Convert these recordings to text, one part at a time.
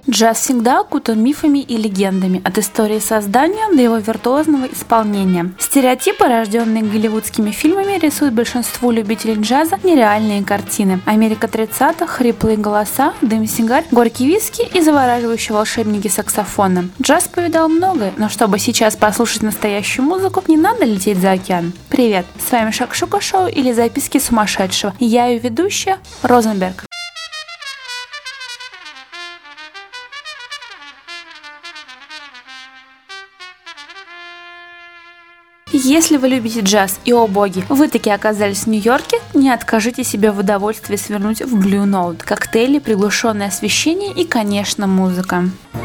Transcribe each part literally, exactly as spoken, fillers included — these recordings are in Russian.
Джаз всегда окутан мифами и легендами, от истории создания до его виртуозного исполнения. Стереотипы, рожденные голливудскими фильмами, рисуют большинству любителей джаза нереальные картины. Америка тридцатых, хриплые голоса, дым сигарь, горький виски и завораживающие волшебники саксофона. Джаз повидал многое, но чтобы сейчас послушать настоящую музыку, не надо лететь за океан. Привет, с вами Шакшука Шоу или Записки сумасшедшего. Я ее ведущая Розенберг. Если вы любите джаз и, о боги, вы таки оказались в Нью-Йорке, не откажите себе в удовольствии свернуть в Blue Note. Коктейли, приглушенное освещение и, конечно, музыка.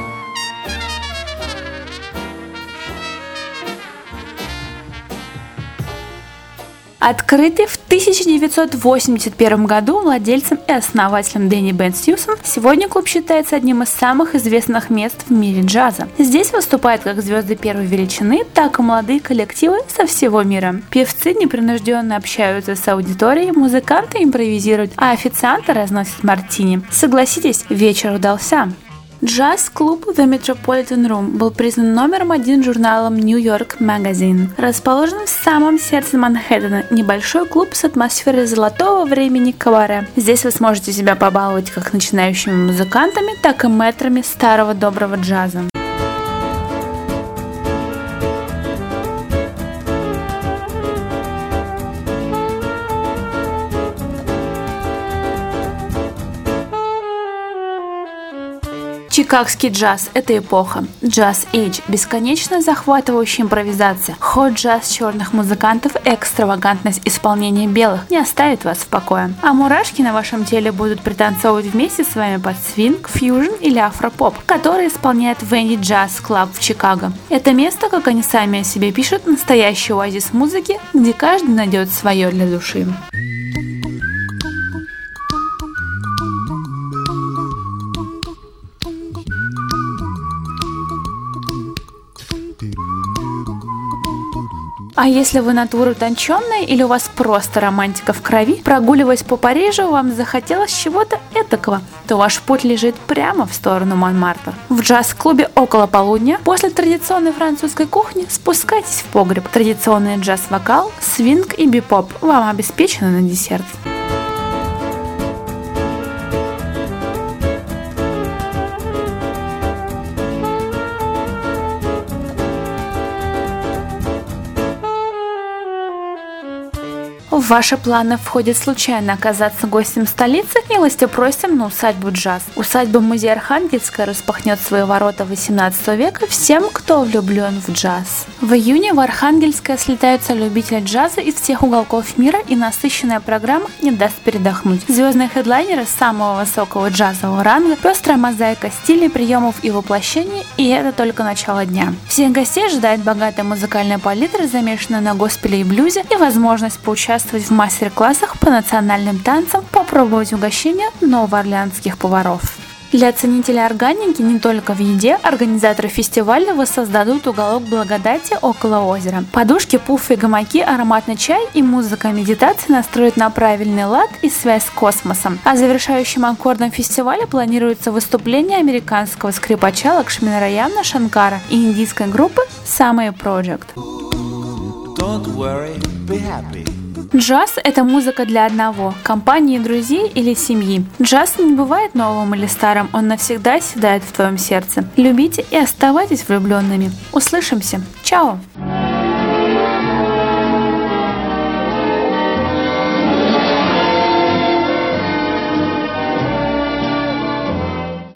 Открытый в тысяча девятьсот восемьдесят первом году владельцем и основателем Дэнни Бен Сьюсон, сегодня клуб считается одним из самых известных мест в мире джаза. Здесь выступают как звезды первой величины, так и молодые коллективы со всего мира. Певцы непринужденно общаются с аудиторией, музыканты импровизируют, а официанты разносят мартини. Согласитесь, вечер удался. Джаз-клуб The Metropolitan Room был признан номером один журналом New York Magazine. Расположен в самом сердце Манхэттена, небольшой клуб с атмосферой золотого времени кабаре. Здесь вы сможете себя побаловать как начинающими музыкантами, так и мэтрами старого доброго джаза. Чикагский джаз – это эпоха. Джаз Эйдж – бесконечно захватывающая импровизация. Ход джаз черных музыкантов и экстравагантность исполнения белых не оставит вас в покое. А мурашки на вашем теле будут пританцовывать вместе с вами под свинг, фьюжн или афропоп, который исполняет Венди Джаз Клаб в Чикаго. Это место, как они сами о себе пишут, настоящий оазис музыки, где каждый найдет свое для души. А если вы натура утонченная или у вас просто романтика в крови, прогуливаясь по Парижу, вам захотелось чего-то этакого, то ваш путь лежит прямо в сторону Монмартра. В джаз-клубе около полудня, после традиционной французской кухни, спускайтесь в погреб. Традиционный джаз-вокал, свинг и бипоп вам обеспечены на десерт. В ваши планы входит случайно оказаться гостем столицы, милости просим на усадьбу Джаз. Усадьба-музей Архангельская распахнет свои ворота восемнадцатого века всем, кто влюблен в джаз. В июне в Архангельское слетаются любители джаза из всех уголков мира, и насыщенная программа не даст передохнуть. Звездные хедлайнеры самого высокого джазового ранга, пестрая мозаика стилей, приемов и воплощений, и это только начало дня. Всех гостей ожидает богатая музыкальная палитра, замешанная на госпеле и блюзе, и возможность поучаствовать в мастер-классах по национальным танцам, попробовать угощения новоорлеанских поваров. Для ценителей органики не только в еде организаторы фестиваля воссоздадут уголок благодати около озера. Подушки, пуфы и гамаки, ароматный чай и музыка медитации настроят на правильный лад и связь с космосом. А завершающим аккордом фестиваля планируется выступление американского скрипача Лакшминараяна Шанкара и индийской группы Самая Project. Don't worry, be happy. Джаз – это музыка для одного, компании друзей или семьи. Джаз не бывает новым или старым, он навсегда оседает в твоем сердце. Любите и оставайтесь влюбленными. Услышимся. Чао!